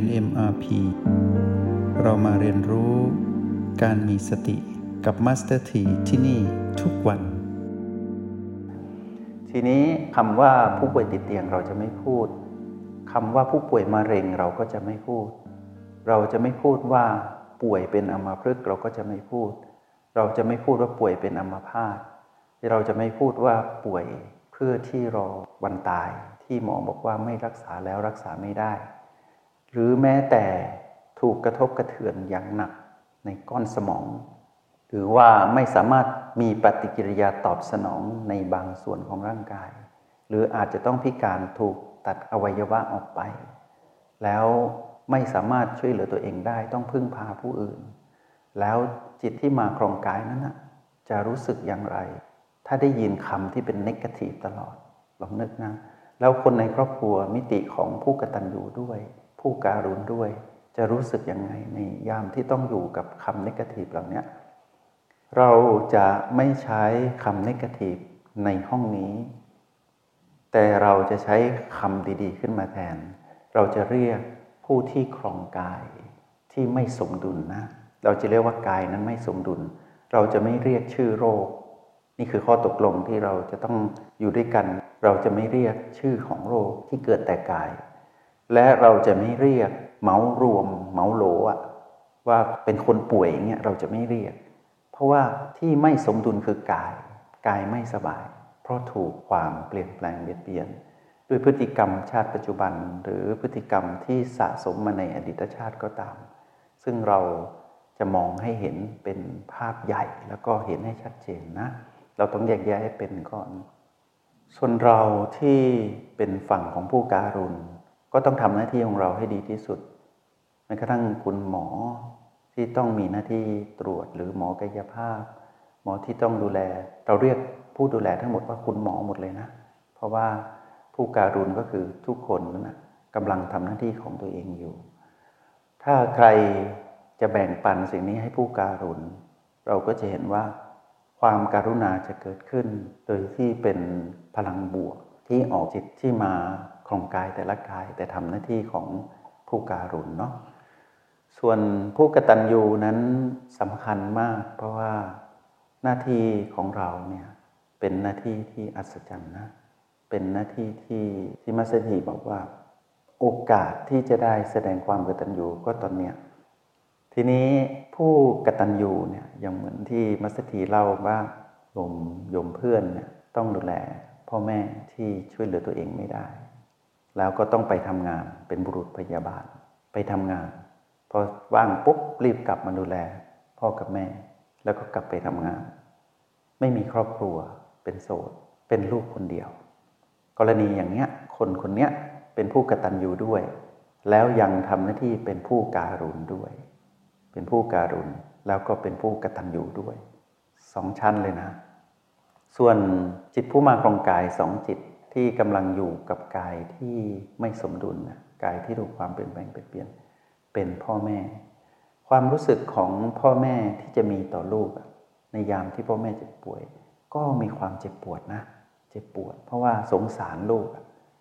น MRP เรามาเรียนรู้การมีสติกับ Master T ที่นี่ทุกวันทีนี้คำว่าผู้ป่วยติดเตียงเราจะไม่พูดคำว่าผู้ป่วยมะเร็งเราก็จะไม่พูดเราจะไม่พูดว่าป่วยเป็นอัมพฤกษ์เราก็จะไม่พูดเราจะไม่พูดว่าป่วยเป็นอัมพาตเราจะไม่พูดว่าป่วยเพื่อที่รอวันตายที่หมอบอกว่าไม่รักษาแล้วรักษาไม่ได้หรือแม้แต่ถูกกระทบกระเทือนอย่างหนักในก้อนสมองหรือว่าไม่สามารถมีปฏิกิริยาตอบสนองในบางส่วนของร่างกายหรืออาจจะต้องพิการถูกตัดอวัยวะออกไปแล้วไม่สามารถช่วยเหลือตัวเองได้ต้องพึ่งพาผู้อื่นแล้วจิตที่มาครองกายนั้นจะรู้สึกอย่างไรถ้าได้ยินคำที่เป็นเนกาทีฟตลอดลองนึกนะแล้วคนในครอบครัวมิติของผู้กตัญญูด้วยผู้การุณด้วยจะรู้สึกยังไงในยามที่ต้องอยู่กับคำเนกาทีฟเหล่านี้เราจะไม่ใช้คำเนกาทีฟในห้องนี้แต่เราจะใช้คำดีๆขึ้นมาแทนเราจะเรียกผู้ที่ครองกายที่ไม่สมดุลนะเราจะเรียกว่ากายนั้นไม่สมดุลเราจะไม่เรียกชื่อโรคนี่คือข้อตกลงที่เราจะต้องอยู่ด้วยกันเราจะไม่เรียกชื่อของโรคที่เกิดแต่กายและเราจะไม่เรียกเหมารวมเหมาโหลว่าเป็นคนป่วยอย่างเงี้ยเราจะไม่เรียกเพราะว่าที่ไม่สมดุลคือกายไม่สบายเพราะถูกความเปลี่ยนแปลงเบียดเบียนด้วยพฤติกรรมชาติปัจจุบันหรือพฤติกรรมที่สะสมมาในอดีตชาติก็ตามซึ่งเราจะมองให้เห็นเป็นภาพใหญ่แล้วก็เห็นให้ชัดเจนนะเราต้องแยกแยะให้เป็นก่อนส่วนเราที่เป็นฝั่งของผู้การุณก็ต้องทำหน้าที่ของเราให้ดีที่สุดแม้กระทั่งคุณหมอที่ต้องมีหน้าที่ตรวจหรือหมอกายภาพหมอที่ต้องดูแลเราเรียกผู้ดูแลทั้งหมดว่าคุณหมอหมดเลยนะเพราะว่าผู้การุณก็คือทุกคนนะกำลังทำหน้าที่ของตัวเองอยู่ถ้าใครจะแบ่งปันสิ่งนี้ให้ผู้การุณเราก็จะเห็นว่าความการุณาจะเกิดขึ้นโดยที่เป็นพลังบวกที่ออกจิตที่มาของกายแต่ละกายแต่ทำหน้าที่ของผู้การุณเนาะส่วนผู้กตัญญูนั้นสำคัญมากเพราะว่าหน้าที่ของเราเนี่ยเป็นหน้าที่ที่อัศจรรย์นะเป็นหน้าที่ที่มัสยิบอกว่าโอกาสที่จะได้แสดงความกตัญญูก็ตอนเนี้ยทีนี้ผู้กตัญญูเนี่ยอย่างเหมือนที่มัสยิเล่าว่าโยมเพื่อนเนี่ยต้องดูแลพ่อแม่ที่ช่วยเหลือตัวเองไม่ได้แล้วก็ต้องไปทำงานเป็นบุรุษพยาบาลไปทำงานพอว่างปุ๊บรีบกลับมาดูแลพ่อกับแม่แล้วก็กลับไปทำงานไม่มีครอบครัวเป็นโสดเป็นลูกคนเดียวกรณีอย่างเนี้ยคนเนี้ยเป็นผู้กตัญญูด้วยแล้วยังทำหน้าที่เป็นผู้การุณด้วยเป็นผู้การุณแล้วก็เป็นผู้กตัญญูด้วย2ชั้นเลยนะส่วนจิตผู้มาครองกาย2จิตที่กำลังอยู่กับกายที่ไม่สมดุลนะกายที่ถูกความเปลี่ยนแปลงเปลี่ยนเป็นพ่อแม่ความรู้สึกของพ่อแม่ที่จะมีต่อลูกในยามที่พ่อแม่เจ็บป่วยก็มีความเจ็บปวดนะเจ็บปวดเพราะว่าสงสารลูก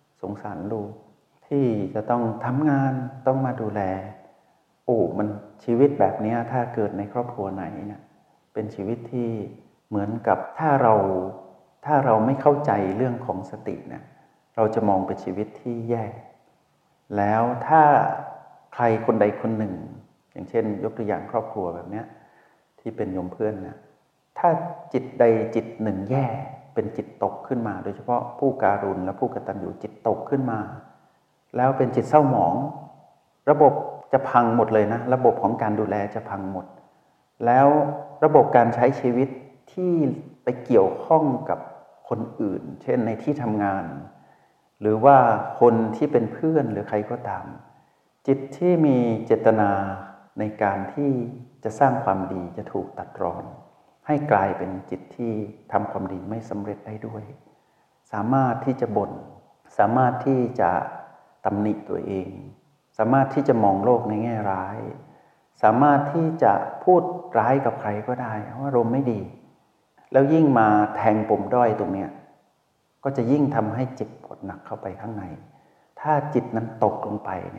ที่จะต้องทำงานต้องมาดูแลมันชีวิตแบบนี้ถ้าเกิดในครอบครัวไหนเนี่ยเป็นชีวิตที่เหมือนกับถ้าเราไม่เข้าใจเรื่องของสติเนี่ยเราจะมองเป็นชีวิตที่แย่แล้วถ้าใครคนใดคนหนึ่งอย่างเช่นยกตัวอย่างครอบครัวแบบนี้ที่เป็นโยมเพื่อนนะถ้าจิตใดจิตหนึ่งแย่เป็นจิตตกขึ้นมาโดยเฉพาะผู้การุณและผู้กตัญญูจิตตกขึ้นมาแล้วเป็นจิตเศร้าหมองระบบจะพังหมดเลยนะระบบของการดูแลจะพังหมดแล้วระบบการใช้ชีวิตที่ไปเกี่ยวข้องกับคนอื่นเช่นในที่ทำงานหรือว่าคนที่เป็นเพื่อนหรือใครก็ตามจิตที่มีเจตนาในการที่จะสร้างความดีจะถูกตัดรอนให้กลายเป็นจิตที่ทำความดีไม่สำเร็จได้ด้วยสามารถที่จะบ่นสามารถที่จะตำหนิตัวเองสามารถที่จะมองโลกในแง่ร้ายสามารถที่จะพูดร้ายกับใครก็ได้ว่าอารมณ์ไม่ดีแล้วยิ่งมาแทงปมด้อยตรงเนี้ยก็จะยิ่งทำให้เจ็บปวดหนักเข้าไปข้างในถ้าจิตนั้นตกลงไปเนี่ย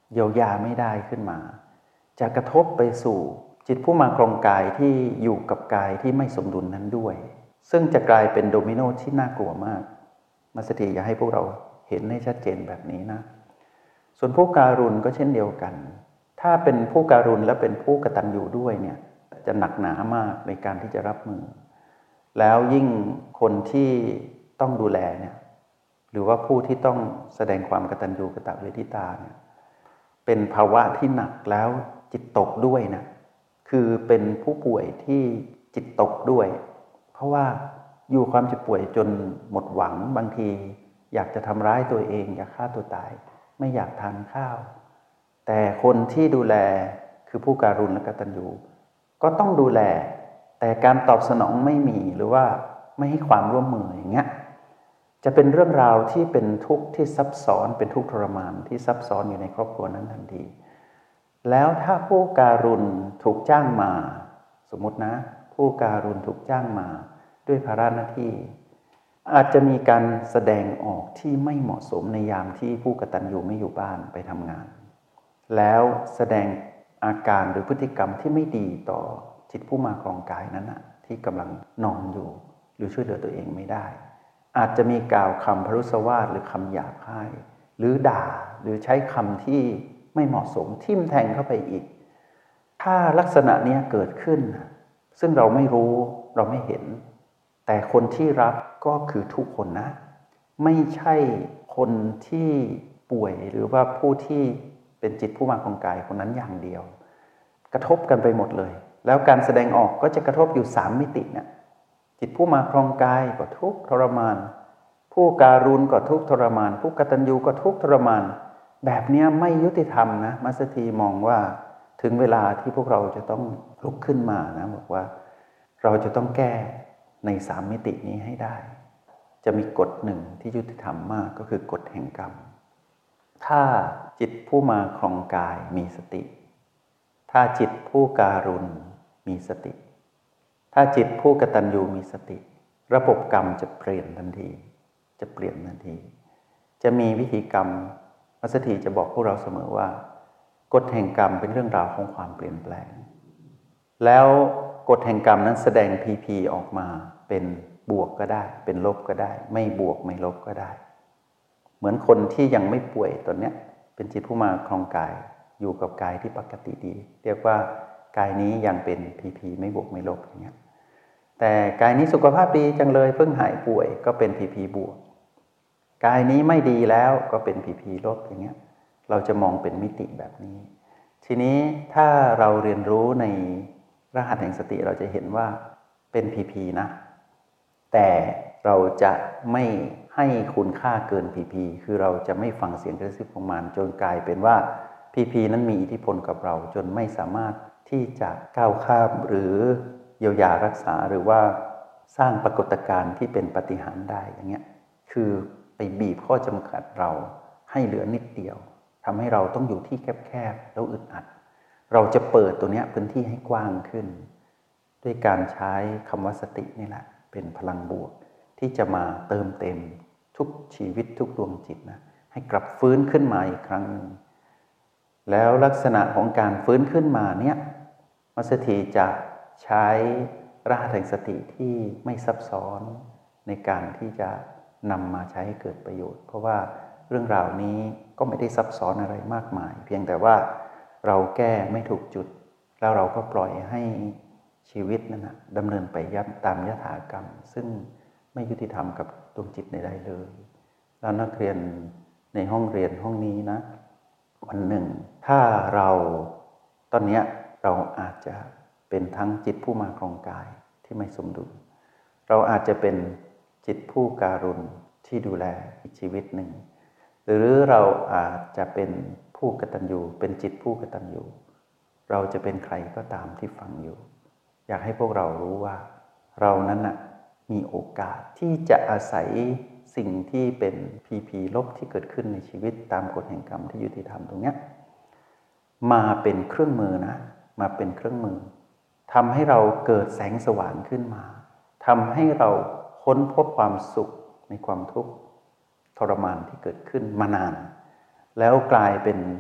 เยียวยาไม่ได้ขึ้นมาจะกระทบไปสู่จิตผู้มาครองกายที่อยู่กับกายที่ไม่สมดุลนั้นด้วยซึ่งจะกลายเป็นโดมิโนที่น่ากลัวมากมัสถีอยากให้พวกเราเห็นให้ชัดเจนแบบนี้นะส่วนผู้การุณก็เช่นเดียวกันถ้าเป็นผู้การุณและเป็นผู้กตัญญูด้วยเนี่ยจะหนักหนามากในการที่จะรับมือแล้วยิ่งคนที่ต้องดูแลเนี่ยหรือว่าผู้ที่ต้องแสดงความกตัญญูกตเวทิตาเนี่ยเป็นภาวะที่หนักแล้วจิตตกด้วยนะคือเป็นผู้ป่วยที่จิตตกด้วยเพราะว่าอยู่ความเจ็บป่วยจนหมดหวังบางทีอยากจะทำร้ายตัวเองอยากฆ่าตัวตายไม่อยากทานข้าวแต่คนที่ดูแลคือผู้การุณและกตัญญูก็ต้องดูแลแต่การตอบสนองไม่มีหรือว่าไม่ให้ความร่วมมืออย่างเงี้ยจะเป็นเรื่องราวที่เป็นทุกข์ที่ซับซ้อนเป็นทุกข์ทรมานที่ซับซ้อนอยู่ในครอบครัวนั้นทันทีแล้วถ้าผู้การุณถูกจ้างมาสมมตินะผู้การุณถูกจ้างมาด้วยภาระหน้าที่อาจจะมีการแสดงออกที่ไม่เหมาะสมในยามที่ผู้กตัญญูไม่อยู่บ้านไปทำงานแล้วแสดงอาการหรือพฤติกรรมที่ไม่ดีต่อจิตผู้มาครองกายนั้นนะที่กำลังนอนอยู่หรือช่วยเหลือตัวเองไม่ได้อาจจะมีกล่าวคำพรุษวาทหรือคำหยาบคายหรือด่าหรือใช้คำที่ไม่เหมาะสมทิ่มแทงเข้าไปอีกถ้าลักษณะนี้เกิดขึ้นซึ่งเราไม่รู้เราไม่เห็นแต่คนที่รับก็คือทุกคนนะไม่ใช่คนที่ป่วยหรือว่าผู้ที่เป็นจิตผู้มาครองกายคนนั้นอย่างเดียวกระทบกันไปหมดเลยแล้วการแสดงออกก็จะกระทบอยู่3มิติเนี่ยจิตผู้มาครองกายก็ทุกข์ทรมานผู้การุณก็ทุกข์ทรมานผู้กตัญญูก็ทุกข์ทรมานแบบนี้ไม่ยุติธรรมนะมัสถีมองว่าถึงเวลาที่พวกเราจะต้องลุกขึ้นมานะบอกว่าเราจะต้องแก้ใน3มิตินี้ให้ได้จะมีกฎหนึ่งที่ยุติธรรมมากก็คือกฎแห่งกรรมถ้าจิตผู้มาครองกายมีสติถ้าจิตผู้การุณมีสติถ้าจิตผู้กตัญญูมีสติระบบกรรมจะเปลี่ยนทันทีจะเปลี่ยนทันทีจะมีวิธีกรรมมัสถีจะบอกพวกเราเสมอว่ากฎแห่งกรรมเป็นเรื่องราวของความเปลี่ยนแปลงแล้วกฎแห่งกรรมนั้นแสดงพีออกมาเป็นบวกก็ได้เป็นลบก็ได้ไม่บวกไม่ลบก็ได้เหมือนคนที่ยังไม่ป่วยตอนนี้เป็นจิตผู้มาครองกายอยู่กับกายที่ปกติดีเรียกว่ากายนี้ยังเป็นพีไม่บวกไม่ลบอย่างเงี้ยแต่กายนี้สุขภาพดีจังเลยเพิ่งหายป่วยก็เป็นพีบวกกายนี้ไม่ดีแล้วก็เป็นพีลบอย่างเงี้ยเราจะมองเป็นมิติแบบนี้ทีนี้ถ้าเราเรียนรู้ในรหัสแห่งสติเราจะเห็นว่าเป็นพีนะแต่เราจะไม่ให้คุณค่าเกินพีคือเราจะไม่ฟังเสียงกระซิบของมันจนกลายเป็นว่าพีนั้นมีอิทธิพลกับเราจนไม่สามารถที่จะก้าวข้ามหรือเยียวยารักษาหรือว่าสร้างปรากฏการณ์ที่เป็นปาฏิหาริย์ได้อย่างเงี้ยคือไปบีบข้อจำกัดเราให้เหลือนิดเดียวทำให้เราต้องอยู่ที่แคบๆแล้วอึดอัดเราจะเปิดตัวเนี้ยพื้นที่ให้กว้างขึ้นด้วยการใช้คำว่าสตินี่แหละเป็นพลังบวกที่จะมาเติมเต็มทุกชีวิตทุกดวงจิตนะให้กลับฟื้นขึ้นมาอีกครั้งนึงแล้วลักษณะของการฟื้นขึ้นมาเนี่ยมัสถีจะใช้รหัสแห่งสติที่ไม่ซับซ้อนในการที่จะนำมาใช้ให้เกิดประโยชน์เพราะว่าเรื่องราวนี้ก็ไม่ได้ซับซ้อนอะไรมากมายเพียงแต่ว่าเราแก้ไม่ถูกจุดแล้วเราก็ปล่อยให้ชีวิตนั้นนะดำเนินไปตามยถากรรมซึ่งไม่ยุติธรรมกับดวงจิตใดๆเลยแล้วนักเรียนในห้องเรียนห้องนี้นะวันหนึ่งถ้าเราตอนนี้เราอาจจะเป็นทั้งจิตผู้มาครองกายที่ไม่สมดุลเราอาจจะเป็นจิตผู้การุณที่ดูแลอีกชีวิตหนึ่งหรือเราอาจจะเป็นผู้กตัญญูเป็นจิตผู้กตัญญูเราจะเป็นใครก็ตามที่ฟังอยู่อยากให้พวกเรารู้ว่าเรานั้นน่ะมีโอกาสที่จะอาศัยสิ่งที่เป็นพีลบที่เกิดขึ้นในชีวิตตามกฎแห่งกรรมที่ยุติธรรมตรงนี้มาเป็นเครื่องมือนะมาเป็นเครื่องมือทำให้เราเกิดแสงสว่างขึ้นมาทำให้เราค้นพบความสุขในความทุกข์ทรมานที่เกิดขึ้นมานานแล้วกลายเป็น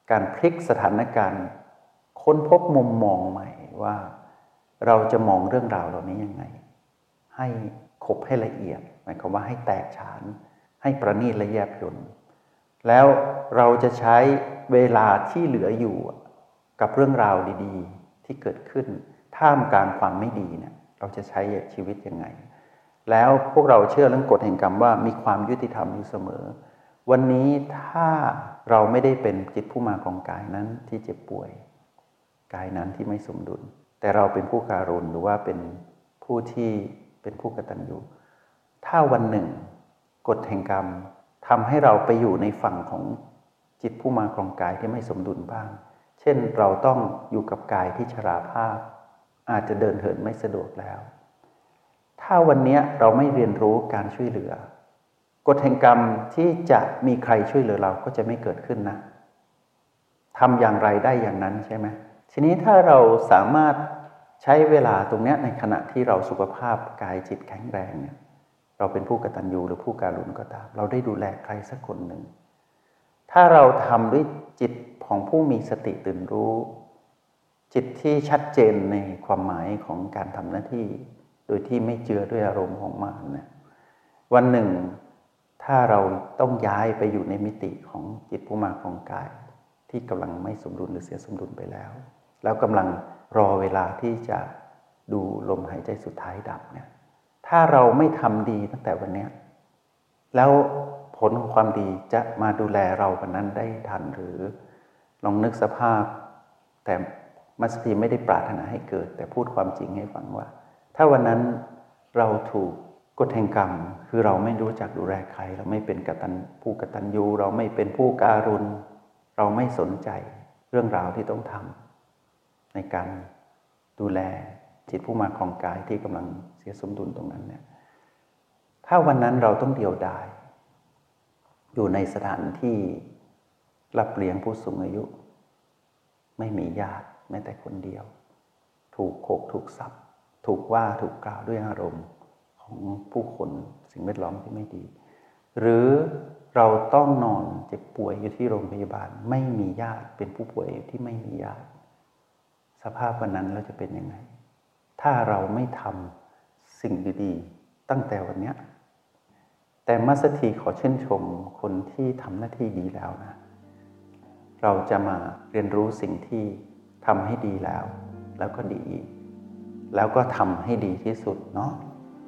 การพลิกสถานการณ์ค้นพบมุมมองใหม่ว่าเราจะมองเรื่องราวเหล่านี้ยังไงให้คบให้ละเอียดหมายความว่าให้แตกฉานให้ประณีตและแยบยลแล้วเราจะใช้เวลาที่เหลืออยู่กับเรื่องราวดีๆที่เกิดขึ้นท่ามกลางความไม่ดีเนี่ยเราจะใช้ชีวิตยังไงแล้วพวกเราเชื่อเรื่องกฎแห่งกรรมว่ามีความยุติธรรมอยู่เสมอวันนี้ถ้าเราไม่ได้เป็นจิตผู้มาของกายนั้นที่เจ็บป่วยกายนั้นที่ไม่สมดุลแต่เราเป็นผู้การุณหรือว่าเป็นผู้ที่เป็นผู้กตัญญูถ้าวันหนึ่งกฎแห่งกรรมทำให้เราไปอยู่ในฝั่งของจิตผู้มาครองกายที่ไม่สมดุลบ้างเช่นเราต้องอยู่กับกายที่ชราภาพอาจจะเดินเหินไม่สะดวกแล้วถ้าวันนี้เราไม่เรียนรู้การช่วยเหลือกฎแห่งกรรมที่จะมีใครช่วยเหลือเราก็จะไม่เกิดขึ้นนะทำอย่างไรได้อย่างนั้นใช่ไหมทีนี้ถ้าเราสามารถใช้เวลาตรงนี้ในขณะที่เราสุขภาพกายจิตแข็งแรงเนี่ยเราเป็นผู้กตัญญูหรือผู้การุณก็ตามเราได้ดูแลใครสักคนหนึ่งถ้าเราทำด้วยจิตของผู้มีสติตื่นรู้จิตที่ชัดเจนในความหมายของการทำหน้าที่โดยที่ไม่เจือด้วยอารมณ์ของมารนะวันหนึ่งถ้าเราต้องย้ายไปอยู่ในมิติของจิตผู้มาครองกายที่กำลังไม่สมดุลหรือเสียสมดุลไปแล้วกำลังรอเวลาที่จะดูลมหายใจสุดท้ายดับเนี่ยถ้าเราไม่ทำดีตั้งแต่วันนี้แล้วผลของความดีจะมาดูแลเราวันนั้นได้ทันหรือลองนึกสภาพแต่มัสพีไม่ได้ปรารถนาให้เกิดแต่พูดความจริงให้ฟังว่าถ้าวันนั้นเราถูกกฎแห่งกรรมคือเราไม่รู้จักดูแลใครเราไม่เป็นผู้กตัญญูเราไม่เป็นผู้การุณเราไม่สนใจเรื่องราวที่ต้องทำในการดูแลจิตผู้มาครองกายที่กำลังเสียสมดุลตรงนั้นเนี่ยถ้าวันนั้นเราต้องเดียวดายอยู่ในสถานที่รับเลี้ยงผู้สูงอายุไม่มีญาติแม้แต่คนเดียวถูกโขกถูกสับถูกว่าถูกกล่าวด้วยอารมณ์ของผู้คนสิ่งแวดล้อมที่ไม่ดีหรือเราต้องนอนเจ็บป่วยอยู่ที่โรงพยาบาลไม่มีญาติเป็นผู้ป่วยที่ไม่มีญาติสภาพวันนั้นเราจะเป็นยังไงถ้าเราไม่ทำสิ่งดีๆตั้งแต่วันนี้แต่มัสถีขอชื่นชมคนที่ทำหน้าที่ดีแล้วนะเราจะมาเรียนรู้สิ่งที่ทำให้ดีแล้วก็ดีแล้วก็ทำให้ดีที่สุดเนาะ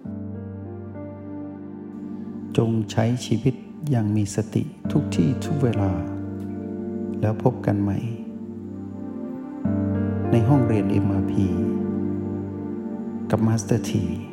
จงใช้ชีวิตอย่างมีสติทุกที่ทุกเวลาแล้วพบกันใหม่ในห้องเรียน MRP กับมาสเตอร์ที